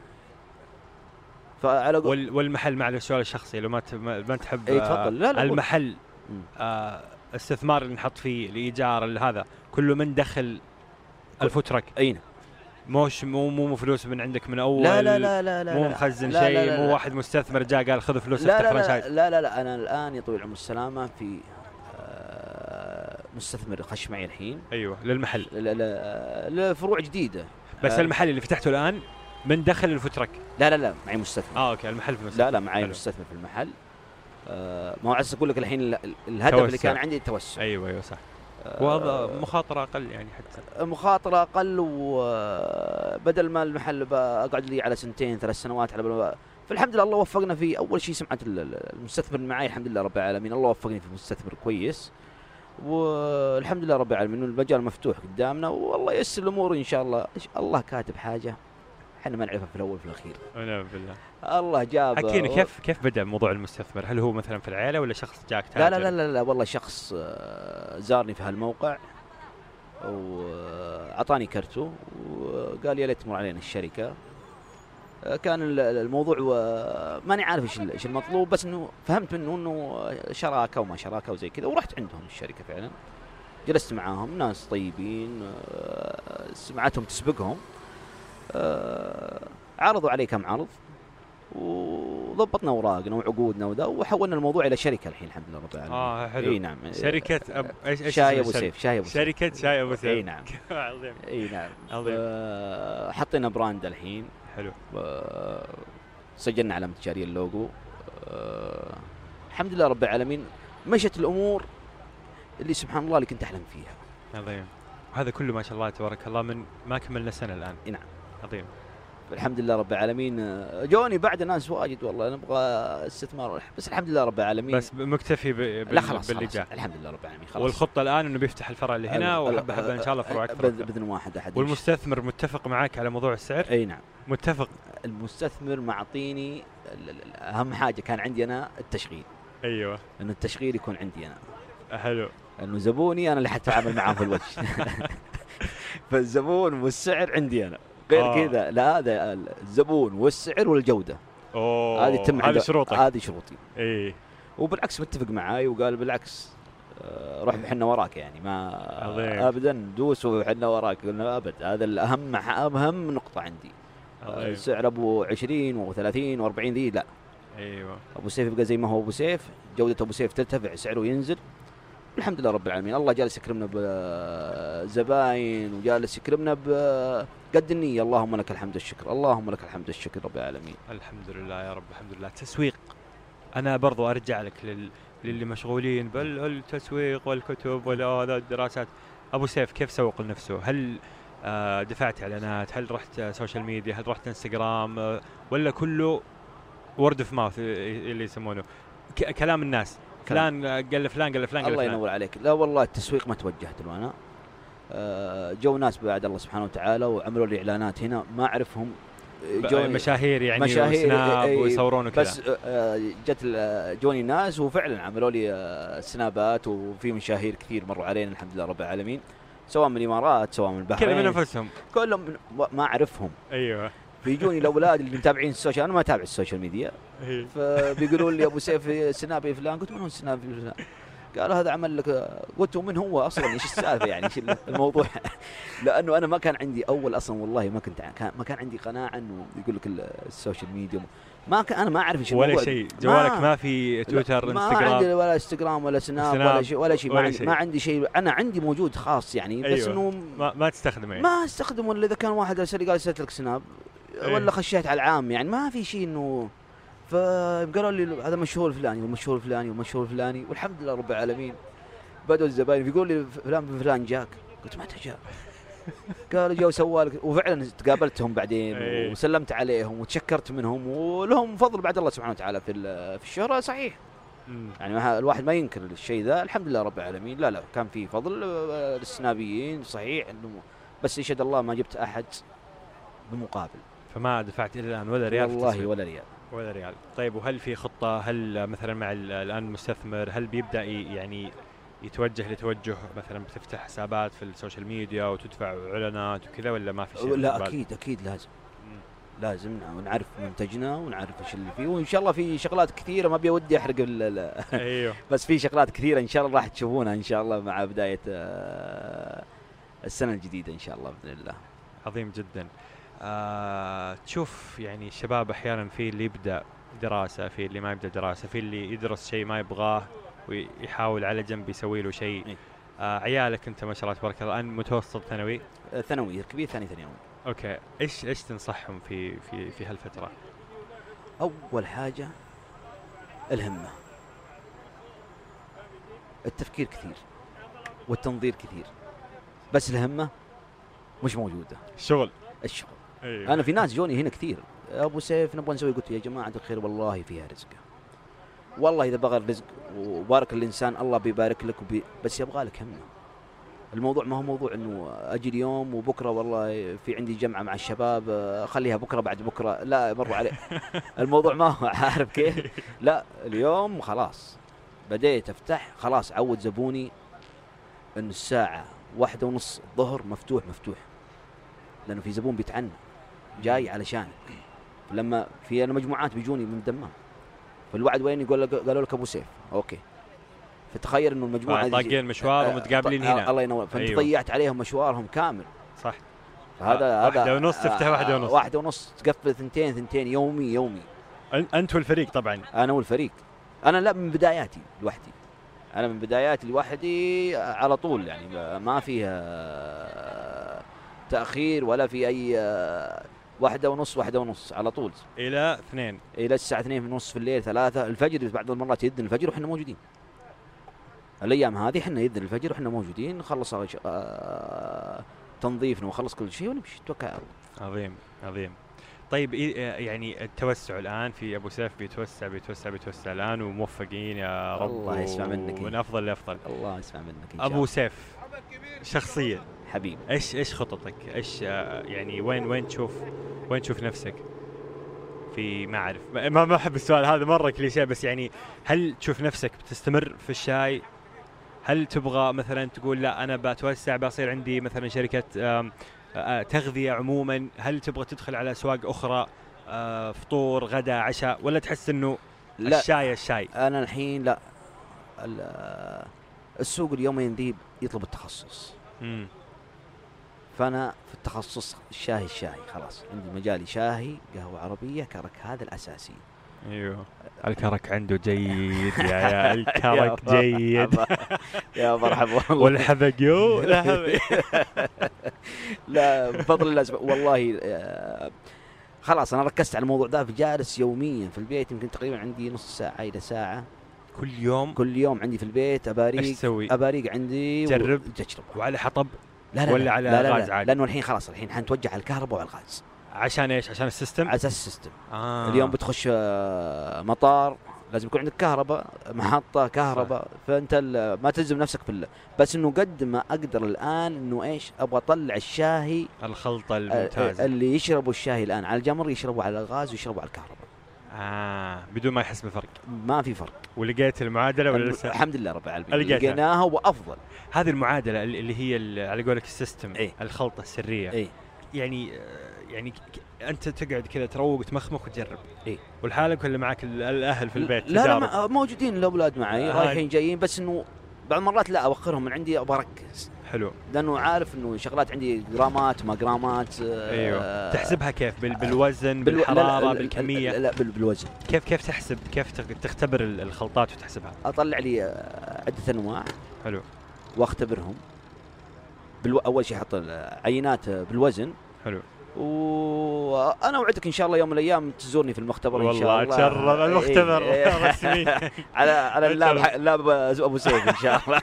فعلى وال والمحل مع السؤال الشخصي لو ما ما تحب اي تفضل. لا لا المحل آه استثمار اللي نحط فيه الايجار هذا كله من دخل الفوترك. اين موش مو مو فلوس من عندك من اول. لا لا لا لا لا مو مخزن شيء. مو واحد مستثمر جاء قال خذ فلوس افتح فرنشايز. لا لا, لا لا انا الان يا طويل العمر السلامه في آه مستثمر خش معي الحين. ايوه للمحل. لا لا لفروع جديده. بس آه المحل اللي فتحته الان من دخل الفوترك؟ لا لا لا معي مستثمر. اه اوكي المحل في المستثمر. لا لا معي حلو. مستثمر في المحل. آه ما هو عايز اقول لك الحين الهدف توسع. اللي كان عندي التوسع. ايوه ايوه صح. وهذا مخاطرة أقل يعني حتى مخاطرة أقل، وبدل ما المحل أقعد لي على سنتين ثلاث سنوات على بل... فالحمد لله الله وفقنا في أول شيء سمعة المستثمر معي، الحمد لله رب العالمين الله وفقني في مستثمر كويس، والحمد لله رب العالمين المجال مفتوح قدامنا والله ييسر الأمور إن شاء الله. الله كاتب حاجة احنا ما نعرفها في الأول في الأخير. ونعم بالله. الله جاب. حكينا كيف كيف بدأ موضوع المستثمر؟ هل هو مثلا في العائلة ولا شخص جاك تاجر؟ لا لا لا لا والله شخص زارني في هالموقع وعطاني كرته وقال يا ليت تمر علينا الشركة. كان الموضوع ماني عارف ايش ايش المطلوب، بس انه فهمت منه انه شراكة وما شراكة وزي كذا، ورحت عندهم الشركة فعلا، جلست معاهم ناس طيبين سمعتهم تسبقهم، عرضوا علي كم عرض وضبطنا اوراقنا وعقودنا وذا وحولنا الموضوع الى شركه الحين الحمد لله رب العالمين. اه حلو. اي نعم. شركه أب... ايش ايش شاي ابو سيف. شاي ابو سيف. شركه شاي ابو سيف. اي نعم. عظيم. اي نعم. عظيم. آه حطينا براند الحين. حلو. آه سجلنا علامه تجاريه اللوجو. آه الحمد لله رب العالمين مشت الامور اللي سبحان الله اللي كنت احلم فيها. عظيم. وهذا كله ما شاء الله تبارك الله من ما كملنا سنه الان. اي نعم. عظيم. الحمد لله رب العالمين. جوني بعد ناس واجد والله نبغى استثمار، بس الحمد لله رب العالمين. بس مكتفي ب... بال... لا خلاص باللي جاء. الحمد لله رب العالمين خلاص. والخطه الان انه بيفتح الفرع اللي هنا وحبه حبه ان شاء الله فروع اكثر. باذن واحد احد. والمستثمر متفق معك على موضوع السعر؟ اي نعم متفق. المستثمر معطيني اهم حاجه كان عندي انا التشغيل. ايوه انه التشغيل يكون عندي انا. حلو. انه زبوني انا اللي حتعامل معاه في الوجه. فالزبون والسعر عندي انا، غير آه. كذا لا، هذا الزبون والسعر والجوده. اوه هذه تم هذه شروطك. هذه شروطي. اي. وبالعكس متفق معاي وقال بالعكس آه روح بحنا وراك يعني ما عظيم. ابدا دوس وحنا وراك. قلنا ابد هذا الاهم اهم نقطه عندي. آه السعر ابو عشرين وثلاثين واربعين ذي لا. ايوه. ابو سيف يبقى زي ما هو ابو سيف، جوده ابو سيف ترتفع سعره ينزل. الحمد لله رب العالمين الله جالس يكرمنا بزباين وجالس يكرمنا بقد النية. اللهم لك الحمد والشكر، اللهم لك الحمد والشكر رب العالمين. الحمد لله يا رب. الحمد لله. تسويق، أنا برضو أرجع لك لل... للي مشغولين بالتسويق والكتب ولا الدراسات. أبو سيف كيف سوق لنفسه؟ هل آه دفعت إعلانات؟ هل رحت سوشيال ميديا؟ هل رحت انستغرام؟ آه ولا كله وورد اوف ماوث اللي يسمونه ك- كلام الناس؟ فلان قال لفلان قال لفلان. الله ينور عليك. لا والله التسويق ما توجهت له انا. جو ناس بعد الله سبحانه وتعالى وعملوا لي اعلانات هنا ما اعرفهم، جو مشاهير يعني مشاهير سناب ويصورون وكذا. بس جت جوني ناس وفعلا عملوا لي سنابات وفي مشاهير كثير مروا علينا الحمد لله رب العالمين، سواء من الامارات سواء من البحرين، كذا من انفسهم كلهم ما اعرفهم. ايوه. فيجوني الاولاد اللي متابعين السوشيال، انا ما اتابع السوشيال ميديا، فبيقولوا لي ابو سيف سنابي فلان. قلت من هو السنابي فلان؟ قال هذا عمل لك. قلت من هو اصلا؟ ايش السالفه يعني ايش الموضوع؟ لانه انا ما كان عندي اول اصلا والله ما كنت كان ما كان عندي قناعه انه يقول لك السوشيال ميديا ما كان انا ما اعرف ايش ولا شيء. جوالك ما, ما في تويتر ما انستغرام؟ ما عندي ولا انستغرام ولا سناب, سناب ولا شيء ولا شيء ما, ما عندي شيء. انا عندي موجود خاص يعني. أيوة. بس انه ما, ما تستخدمه يعني. ما استخدمه الا اذا كان واحد ارسل لي قال ارسلت لك سناب ولا خشيت على العام يعني ما في شيء انه. فقالوا لي هذا مشهور فلاني ومشهور فلاني ومشهور فلاني والحمد لله رب العالمين. بدوا الزباين بيقول لي فلان فلان جاك. قلت متى جاء؟ قالوا جاء وسوالك. وفعلا تقابلتهم بعدين وسلمت عليهم وتشكرت منهم ولهم فضل بعد الله سبحانه وتعالى في في الشهرة صحيح. يعني الواحد ما ينكر الشيء ذا الحمد لله رب العالمين. لا لا كان في فضل للسنابيين صحيح انه بس يشهد الله ما جبت احد بمقابل. فما دفعت الى الان ولا ريال؟ والله ولا ريال ولا ريال. طيب وهل في خطة؟ هل مثلا مع الآن مستثمر هل بيبدأ يعني يتوجه لتوجه مثلا بتفتح حسابات في السوشيال ميديا وتدفع اعلانات وكذا ولا ما في شيء؟ لا اكيد اكيد لازم مم. لازم نعرف منتجنا ونعرف ايش اللي فيه وان شاء الله في شغلات كثيره ما بيودي احرق ايوه. بس في شغلات كثيره ان شاء الله راح تشوفونها ان شاء الله مع بدايه السنه الجديده ان شاء الله باذن الله. عظيم جدا. آه، تشوف يعني الشباب احيانا في اللي يبدا دراسه، في اللي ما يبدا دراسه، في اللي يدرس شيء ما يبغاه ويحاول على جنب يسوي له شيء. إيه؟ آه، عيالك انت ما شاء الله تبارك الله الان متوسط ثانوي؟ آه، ثانوي كبير ثاني ثانوي. اوكي، ايش ايش تنصحهم في في في هالفتره؟ اول حاجه الهمه، التفكير كثير والتنظير كثير، بس الهمة مش موجودة. الشغل الشغل. أيوه. أنا في ناس جوني هنا كثير، أبو سيف نبغى نسوي، قلت يا جماعة الخير والله فيها رزق، والله إذا بغى الرزق وبارك الإنسان الله بيبارك لك وبي... بس يبغى لك همة. الموضوع ما هو موضوع إنه أجي اليوم وبكرة والله في عندي جمعة مع الشباب خليها بكرة بعد بكرة، لا مروا عليه. الموضوع ما هو عارف كيف، لا اليوم خلاص بديت أفتح، خلاص عود زبوني إن الساعة واحدة ونص الظهر مفتوح مفتوح، لأنه في زبون بيتعنى جاي علشان لما في أنا مجموعات بيجوني من دمام، فالوعد وين يقول قالوا لك أبو سيف أوكي، فتخيل إنه المجموعة طاقين مشوار ومتقابلين هنا، الله ينور، فأنت أيوه. ضيعت عليهم مشوارهم كامل. صح. هذا واحدة هذا ونص تفتح واحدة ونص واحدة ونص تقفل ثنتين ثنتين يومي يومي. أنت والفريق طبعا. أنا والفريق، أنا لا من بداياتي لوحدي، أنا من بداياتي لوحدي على طول، يعني ما فيها تأخير ولا في أي واحدة ونص واحدة ونص على طول إلى اثنين، إلى الساعة اثنين ونص في الليل، ثلاثة الفجر، بعض المرات يدن الفجر وإحنا موجودين. الأيام هذه إحنا يدن الفجر وإحنا موجودين، نخلص آه تنظيفنا ونخلص كل شيء ونمشي توكل على الله. عظيم عظيم. طيب يعني التوسع الآن في أبو سيف بيتوسع بيتوسع بيتوسع الآن وموفقين يا رب، الله يسمع منك، من أفضل لأفضل. الله يسمع منك إن أبو شاء الله. سيف شخصيا حبيبي، إيش إيش خططك؟ إيش يعني وين وين تشوف وين تشوف نفسك في، ما أعرف، ما ما أحب السؤال هذا مرة كليشيه، بس يعني هل تشوف نفسك بتستمر في الشاي؟ هل تبغى مثلا تقول لا أنا بتوسع بصير عندي مثلا شركة تغذية عموما؟ هل تبغى تدخل على أسواق أخرى، فطور غدا عشاء، ولا تحس إنه لا الشاي الشاي؟ أنا الحين لا، السوق اليومين ذي يطلب التخصص، مم. فأنا في التخصص الشاهي الشاهي خلاص، عندي مجالي شاهي قهوة عربية كرك، هذا الأساسي. ايوه الكرك عنده جيد يا يا الكرك جيد يا مرحبا والله. والحبق يو لا لا بفضل الله والله خلاص أنا ركزت على الموضوع ده، جالس يوميا في البيت، يمكن تقريبا عندي نص ساعة إلى ساعة كل يوم كل يوم عندي في البيت أباريق. ايش تسوي؟ أباريق عندي جرب تجرب وعلى حطب لا لا ولا لا على لا لا غاز لا عادي؟ لأنه الحين خلاص الحين حنتوجه على الكهرباء وعلى الغاز. عشان ايش؟ عشان السيستم، على أساس السيستم. آه. اليوم بتخش مطار لازم يكون عندك كهرباء، محطة كهرباء، فأنت ما تلزم نفسك في الله، بس إنه قد ما أقدر الآن إنه إيش أبغى أطلع الشاهي الخلطة الممتازة اللي يشربوا الشاي الآن على الجمر يشربوا على الغاز ويشربوا على الكهرباء. آه بدون ما يحس بفرق. ما في فرق. ولقيت المعادلة ولا لسه؟ الحمد لله رب العالمين لقيناها وأفضل. هذه المعادلة اللي هي على قولك السيستم، إيه؟ الخلطة السرية، إيه؟ يعني يعني أنت تقعد كذا تروق وتمخمخ وتجرب، إيه؟ والحالك ولا معك الأهل في البيت؟ لا لا موجودين الأولاد معي، آه رايحين جايين، بس إنه بعض المرات لا أوخرهم من عندي أبركز. حلو. لأنه عارف إنه شغلات عندي جرامات ما جرامات. أيوه. آه تحسبها كيف؟ بال بالوزن، بالحرارة، لا لا بالكمية؟ لا, لا بالوزن. كيف كيف تحسب؟ كيف تختبر الخلطات وتحسبها؟ أطلع لي عدة أنواع. حلو. واختبرهم. بالو... أول شيء أحط عينات بالوزن. حلو. وأنا أوعدك إن شاء الله يوم من الأيام تزورني في المختبر إن شاء الله. والله تشرف المختبر إيه رسمي على على اللاب لاب أبو سيف إن شاء الله.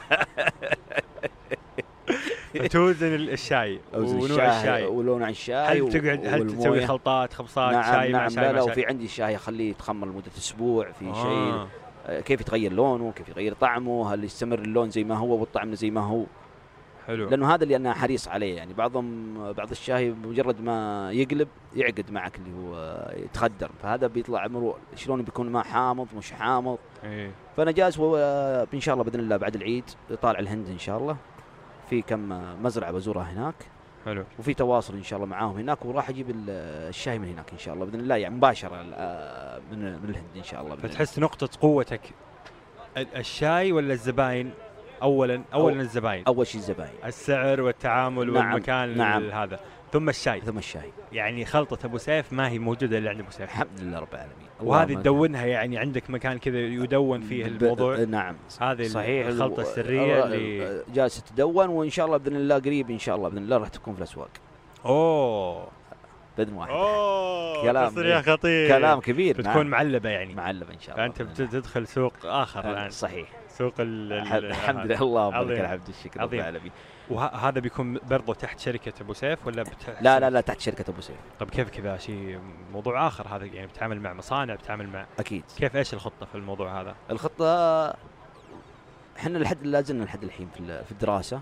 توزن الشاي ونوع الشاي ولون الشاي. هل تقعد هل تسوي خلطات خبصات نعم شاي نعم مع شاي؟ لا لا وفي عندي الشاي أخليه يتخمر لمدة أسبوع في آه. شيء كيف يتغير لونه، كيف يتغير طعمه، هل يستمر اللون زي ما هو والطعم زي ما هو. حلو. لأنه هذا اللي أنا حريص عليه، يعني بعضهم بعض الشاي مجرد ما يقلب يعقد معك اللي هو يتخدر، فهذا بيطلع عمره شلون بيكون ما حامض مش حامض. إيه. فأنا جالس إن شاء الله بإذن الله بعد العيد طالع الهند إن شاء الله، في كم مزرعة بزورها هناك. حلو. وفي تواصل إن شاء الله معاهم هناك، وراح أجيب الشاي من هناك إن شاء الله بإذن الله، يعني مباشرة من من الهند إن شاء الله. فتحس نقطة قوتك الشاي ولا الزباين؟ أولاً أولاً الزباين. أول شيء الزباين. السعر والتعامل نعم والمكان نعم هذا، ثم الشاي. ثم الشاي. يعني خلطة أبو سيف ما هي موجودة إلا عند أبو سيف. الحمد لله رب العالمين. وهذه تدونها يعني عندك مكان كذا يدون فيه الموضوع. نعم. هذه صحيح الخلطة السرية اللي جالسة تدون، وإن شاء الله بإذن الله قريب إن شاء الله بإذن الله راح تكون في الأسواق. أوه باذن واحد. اوه كلام تصريح خطير، كلام كبير. بتكون نعم. معلبه يعني معلبه ان شاء الله. فانت بتدخل سوق اخر الان. صحيح. سوق ال الحمد لله. اللهم لك الحمد الشكر رب العالمين. وهذا بيكون برضه تحت شركه ابو سيف ولا بتحت؟ لا لا لا تحت شركه ابو سيف. طب كيف كذا شيء موضوع اخر هذا يعني بتعامل مع مصانع بتعامل مع اكيد. كيف ايش الخطه في الموضوع هذا؟ الخطه احنا لحد لا زلنا لحد الحين في في الدراسه.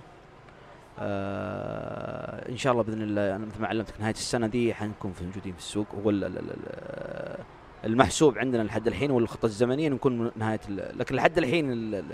آه ان شاء الله باذن الله انا مثل ما علمتك نهايه السنه دي حنكون في موجودين في السوق. هو المحسوب عندنا لحد الحين والخطه الزمنيه نكون نهايه لكن لحد الحين ال ال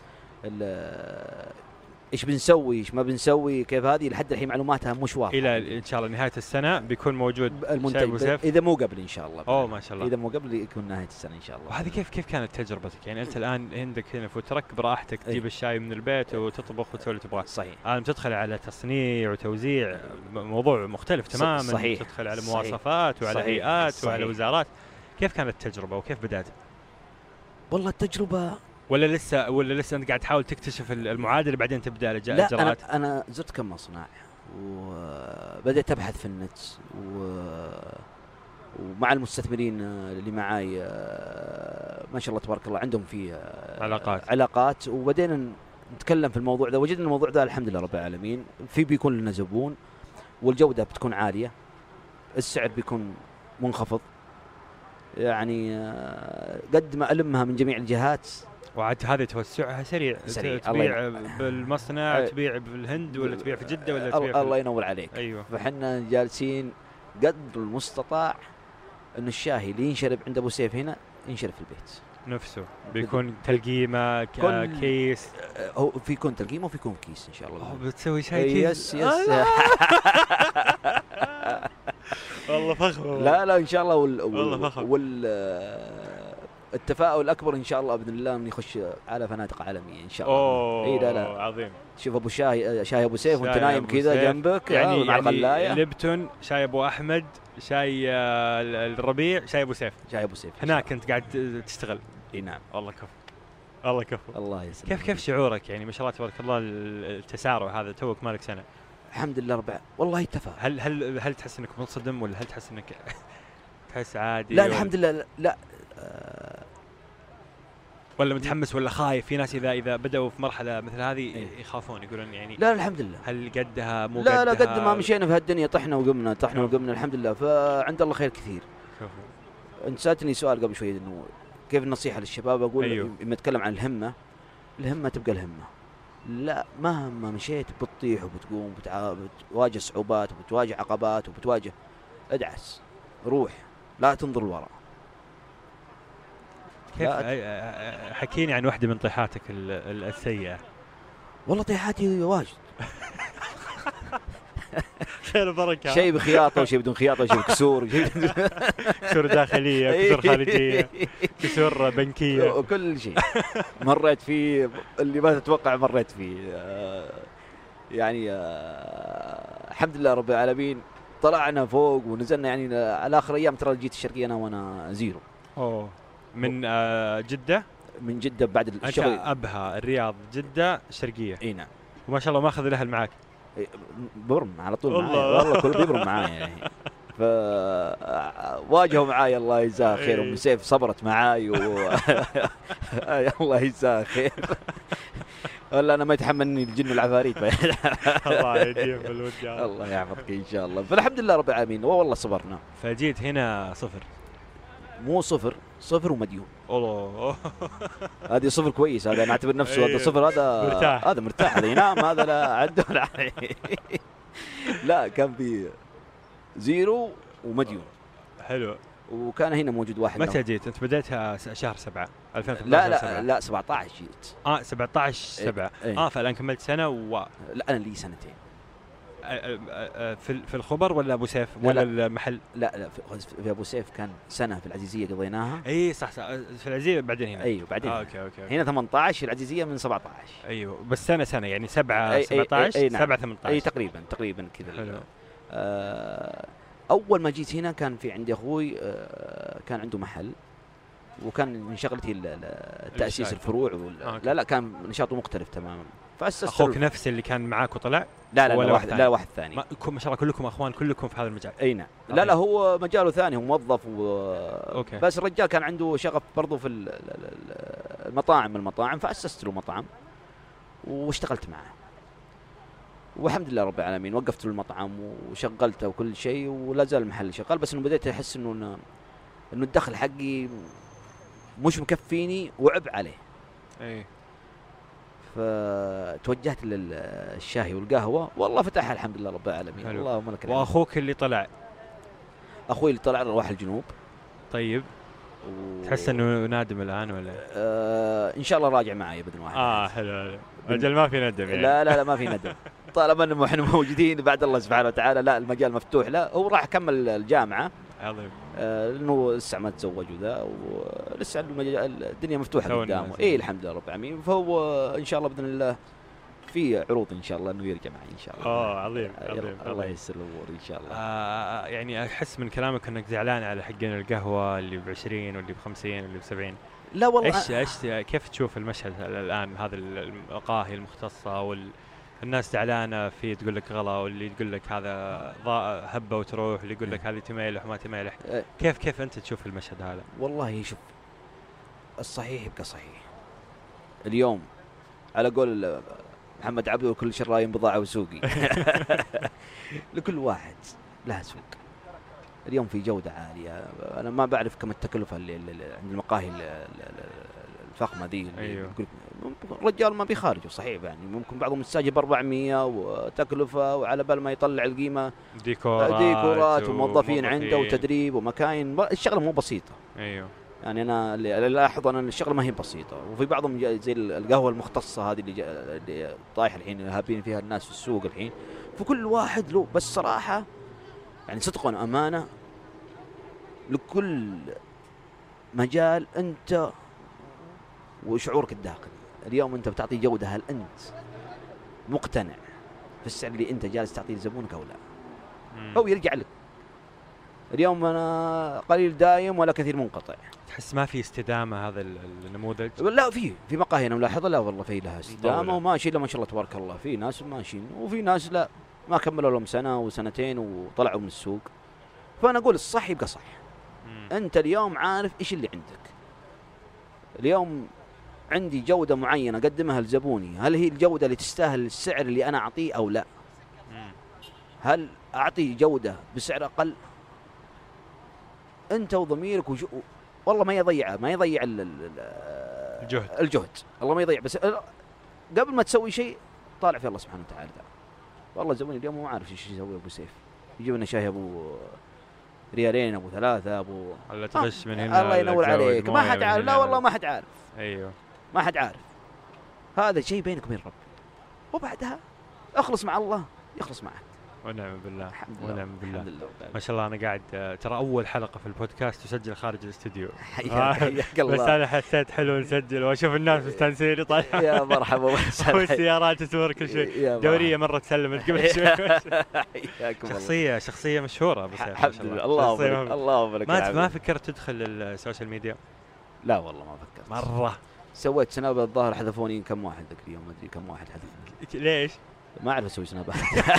ال ايش بنسوي ايش ما بنسوي كيف هذه لحد الحين معلوماتها مش واضحه. الى ان شاء الله نهايه السنه بيكون موجود المنتج اذا مو قبل ان شاء الله. اوه ما شاء الله. اذا مو قبل يكون نهايه السنه ان شاء الله. وهذه كيف كيف كانت تجربتك يعني انت الان عندك هنا فوترك براحتك تجيب الشاي من البيت وتطبخ وتسوي اللي تبغاه. صحيح. الان تدخل على تصنيع وتوزيع موضوع مختلف تماما. صحيح. تدخل على مواصفات وعلى هيئات وعلى وزارات. كيف كانت التجربه وكيف بدات؟ والله التجربه ولا لسه ولا لسه انت قاعد تحاول تكتشف المعادله بعدين تبدا الاجراءات؟ لا انا انا زرت كم مصنع وبدأت ابحث في النت و... ومع المستثمرين اللي معاي ما شاء الله تبارك الله عندهم في علاقات علاقات وبدينا نتكلم في الموضوع ده. وجدنا الموضوع ده الحمد لله رب العالمين في بيكون لنا زبون والجوده بتكون عاليه، السعر بيكون منخفض يعني قد ما ألمها من جميع الجهات. وعاد هذه توسعها سريع, سريع. تبيع بالمصنع أه تبيع بالهند ولا تبيع في جدة ولا تبيع الله ينور عليك. أيوة. فحنا جالسين قدر المستطاع أن الشاهي اللي ينشرب عند أبو سيف هنا ينشرب في البيت نفسه بيكون تلقيمة كيس. هو في يكون تلقيمة وفي يكون كيس إن شاء الله. أوه بتسوي شاي كيس. يس يس والله فخر. لا لا إن شاء الله وال والله فخر. وال التفاؤل الأكبر إن شاء الله بإذن الله إنه يخش على فنادق عالمية إن شاء الله. أوه إيه لا لا عظيم. شوف أبو شاي شاي أبو سيف وأنت نايم كذا جنبك يعني مع الغلاية. يعني ليبتون شاي أبو أحمد شاي الربيع شاي أبو سيف. شاي أبو سيف هناك كنت قاعد تشتغل. إيه نعم. والله كفو. الله كفو. الله يسلمك. كيف كيف شعورك يعني ما شاء الله تبارك الله التسارع هذا توك مالك سنة. الحمد لله رب والله تفاؤل. هل هل هل تحس انك منصدم ولا هل تحس انك تحس عادي؟ لا الحمد لله لا, لا. آه ولا متحمس ولا خايف؟ في ناس اذا اذا بدأوا في مرحله مثل هذه إيه؟ يخافون يقولون يعني لا الحمد لله. هل قدها مو لا قدها؟ لا قد ما مشينا في هالدنيا طحنا وقمنا طحنا وقمنا الحمد لله فعند الله خير كثير. كفو. انت سألتني سؤال قبل شوي انه كيف النصيحه للشباب اقول أيوه. لما اتكلم عن الهمه الهمه تبقى الهمه. لا مهما مشيت بتطيح وبتقوم بتواجه صعوبات وبتواجه عقبات وبتواجه ادعس روح لا تنظر لورا. كيف حكيني عن واحدة من طيحاتك السيئة. والله طيحاتي واجد. خير بركة. شيء بخياطة وشيء بدون خياطة وشيء بكسور كسور داخلية كسور خارجية كسور بنكية وكل شيء مريت فيه اللي ما تتوقع مريت فيه يعني الحمد لله رب العالمين طلعنا فوق ونزلنا يعني على آخر أيام ترى جيت الشرقية أنا وأنا زيرو. أوه من آه جدة. من جدة بعد الشغل. أنت أبها الرياض جدة الشرقية. إيه نعم. وما شاء الله ما أخذ الأهل معك. برم على طول معايا والله كل بيبرم معايا يعني فواجهوا معاي الله يجزاه خير. ام سيف صبرت معاي و الله يجزاه خير. ولا انا ما يتحملني الجن والعفاريت. الله يديم بالود يا الله يحفظك ان شاء الله. فالحمد لله رب العالمين والله صبرنا. فجيت هنا صفر مو صفر صفر ومديون. الله هذه صفر كويس هذا نعتبر نفسه هذا صفر هذا مرتاح. هذا مرتاح هذا ينام هذا لا عنده لا كان في زيرو ومديون. حلو. وكان هنا موجود واحد. متى جيت انت؟ بديتها شهر سبعة ألفين وثلاثة عشر. لا لا سبعة. لا سبعة عشر جيت. اه سبعة عشر سبعة. ايه. اه فالان كملت سنة و لا انا لي سنتين. في في الخبر ولا ابو سيف ولا المحل؟ لا لا في ابو سيف كان سنه في العزيزيه قضيناها. اي صح صح في العزيزيه بعدين هنا. ايوه بعدين. آه أوكي أوكي أوكي. هنا ثمانية عشر في العزيزيه من سبعة عشر. ايوه بس سنه سنه يعني سبعة أي سبعة عشر أي أي نعم. سبعة ثمانية عشر. اي تقريبا تقريبا كذا. آه اول ما جيت هنا كان في عندي اخوي آه كان عنده محل وكان من شغلتي تاسيس الفروع. لا لا كان نشاطه مختلف تماما. اخوك نفس اللي كان معاك وطلع؟ لا لا ولا لا واحد واحد ثاني؟ لا واحد ثاني. ما ما شاء الله كلكم اخوان كلكم في هذا المجال. اي نعم. لا طيب. لا هو مجاله ثاني، هو موظف و... أوكي. بس الرجال كان عنده شغف برضو في ال- ال- ال- المطاعم المطاعم فأسست له مطعم واشتغلت معه، والحمد لله رب العالمين وقفت له المطعم وشغلته وكل شيء ولا زال المحل شغال، بس انه بديت احس انه انه الدخل حقي مش مكفيني وعب عليه، اي فتوجهت للشاهي والقهوه والله فتحها الحمد لله رب العالمين. حلو. اللهم لك الحمد. واخوك اللي طلع اخوي اللي طلع راح الجنوب. طيب و... تحس انه نادم الان ولا؟ آه ان شاء الله راجع معي باذن واحد. اه حلو حلو. اجل ما في ندم يعني. لا لا لا ما في ندم. طالما انه احنا موجودين بعد الله سبحانه وتعالى، لا المجال مفتوح له. هو راح كمل الجامعه عظيم. آه لانه لسه ما تزوج وذا ولسه المجال الدنيا مفتوحه تو قدامه. الناس. اي الحمد لله رب العالمين. فهو ان شاء الله باذن الله في عروض ان شاء الله انه يرجع معي ان شاء الله. اه عظيم يلا، عظيم. الله ييسر الامور ان شاء الله. آه يعني احس من كلامك انك زعلان على حقين القهوه اللي ب عشرين واللي ب خمسين واللي ب سبعين. لا والله ايش ايش كيف تشوف المشهد الان هذا المقاهي المختصه والناس زعلانه في تقول لك غلا، واللي تقول لك هذا ضاء هبه وتروح، واللي يقول لك هذه تميلح وما تميلح. أه. كيف كيف انت تشوف المشهد هذا؟ والله شوف الصحيح يبقى صحيح. اليوم على قول محمد عبده وكل شراين بضاعة وسوقي. لكل واحد لها سوق. اليوم في جودة عالية. أنا ما بعرف كم التكلفة اللي, اللي عند المقاهي الفخمة دي. أيوه. الرجال ما بيخارجوا صحيح، يعني ممكن بعضهم يستاجر بأربعمية وتكلفة، وعلى بال ما يطلع القيمة ديكورات, ديكورات وموظفين عنده وتدريب ومكاين. الشغلة مو بسيطة. أيوه. يعني أنا اللي ألاحظ أن الشغلة ما هي بسيطة. وفي بعضهم زي القهوة المختصة هذه اللي, اللي طايح الحين هابين فيها الناس في السوق الحين. فكل واحد له بس صراحة يعني صدق وأمانة لكل مجال أنت وشعورك الداخلي. اليوم أنت بتعطي جودة، هل أنت مقتنع في السعر اللي أنت جالس تعطيه لزبونك أو لا؟ مم. أو يرجع لك. اليوم أنا قليل دايم ولا كثير منقطع. تحس ما في استدامة هذا النموذج؟ لا في في مقاهي أنا ملاحظة لا والله في لها استدامة طولة. وماشي إلا ما شاء الله تبارك الله. في ناس ماشيين وفي ناس لا ما كملوا لهم سنة وسنتين وطلعوا من السوق. فأنا أقول الصح يبقى صح. مم. أنت اليوم عارف إيش اللي عندك. اليوم عندي جودة معينة أقدمها لزبوني، هل هي الجودة اللي تستاهل السعر اللي أنا أعطيه أو لا؟ مم. هل أعطي جودة بسعر أقل؟ أنت وضميرك وجو... والله ما يضيع ما يضيع ال... ال... الجهد الجهد الله ما يضيع. بس قبل ما تسوي شيء طالع في الله سبحانه وتعالى. والله زبوني اليوم مو عارف ايش يسوي ابو سيف، يجيب لنا شاي ابو ريالين ابو ثلاثة ابو ولا تغش من هنا. الله ينور عليك. ما حد عارف. لا والله ما حد عارف. ايوه ما حد عارف. هذا شيء بينك وبين ربك، وبعدها اخلص مع الله يخلص معك. ونعم بالله. الحمد لله. ونعم بالله. الحمد لله. ما شاء الله. انا قاعد ترى اول حلقه في البودكاست تسجل خارج الاستوديو. حياك حياك الله. بس انا حسيت حلو نسجل واشوف الناس مستانسين يطلع. يا مرحبا وسهلا. والسيارات تمر كل شيء. دوريه مره تسلمت قبل شوي. حياكم الله. شخصيه شخصيه مشهوره بس الحمد لله. الله يبارك الله يبارك. ما ما فكرت تدخل السوشيال ميديا؟ لا والله ما فكرت مره. سويت سناب الظاهر حذفوني كم واحد ذاك اليوم، ما ادري كم واحد حذفوني. ليش؟ ما اعرف اسوي سنابات.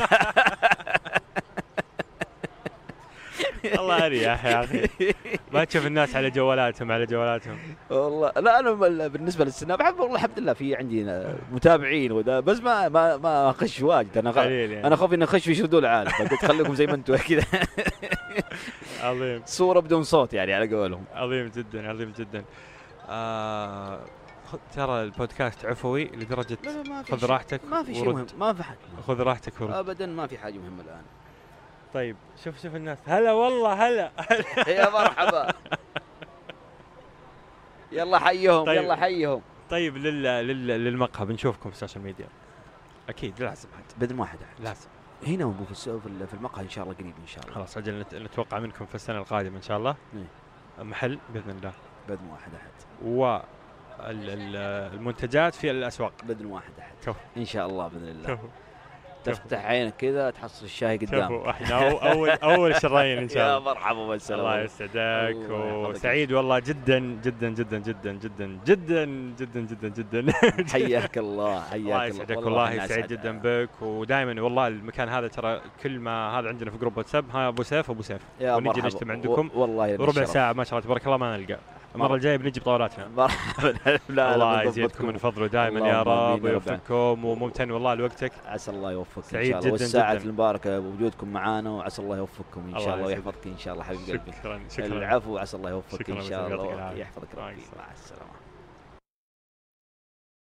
الله اريح يا اخي. ما تشوف الناس على جوالاتهم على جوالاتهم. والله لا انا بالنسبه للسناب والله الحمد لله في عندي متابعين وذا، بس ما ما ما اخش واجد. انا خ... يعني. انا خاف اني اخش ويشردوا العالم، فقلت خليكم زي ما انتم كذا. عظيم. صوره بدون صوت يعني على قولهم. عظيم جدا عظيم جدا. آه ترى البودكاست عفوي لدرجه لا لا ما في خذ راحتك. ما في شيء مهم. ما في حاجه. خذ راحتك ورد. ابدا ما في حاجه مهمه الان. طيب شوف شوف الناس. هلا والله هلا. يا مرحبا. يلا حيهم. طيب. يلا حيهم. طيب لل... لل... للمقهى بنشوفكم في السوشيال ميديا اكيد لازم. باذن واحد لازم هنا وفي في المقهى ان شاء الله قريب ان شاء الله. خلاص اجل نت... نتوقع منكم في السنه القادمه ان شاء الله. إيه؟ محل باذن الله. باذن واحد احد. و المنتجات في الاسواق باذن واحد احد. كوف. ان شاء الله باذن الله. كوف. تفتح عينك كذا تحصل الشاي قدامك. شوفوا احنا اول اول شرايين ان شاء الله. يا مرحبا والسلام. الله يسعدك وسعيد والله جدا جدا جدا جدا جدا جدا جدا جدا جدا. حياك الله حياك الله. الله يسعدك والله سعيد جدا بك. ودائما والله المكان هذا ترى كل ما هذا عندنا في جروب واتساب ها ابو سيف ابو سيف ونجي نجتمع عندكم والله ربع ساعه ما شاء الله تبارك الله ما نلقى. المره الجايه بنجي بطاولاتنا. مرحبا. الله يزيدكم من فضله دائما يا رب ويوفقكم وممتن والله لوقتك. عسى الله يوفقك سعيد ان شاء الله جدا والساعة جدا المباركة بوجودكم معانا وعسى الله يوفقكم ان شاء الله ويحفظك ان شاء الله حبيب قلبي. شكرا شكرا. العفو وعسى الله يوفقك ان شاء الله شكرا يحفظك ربي. مع السلامة.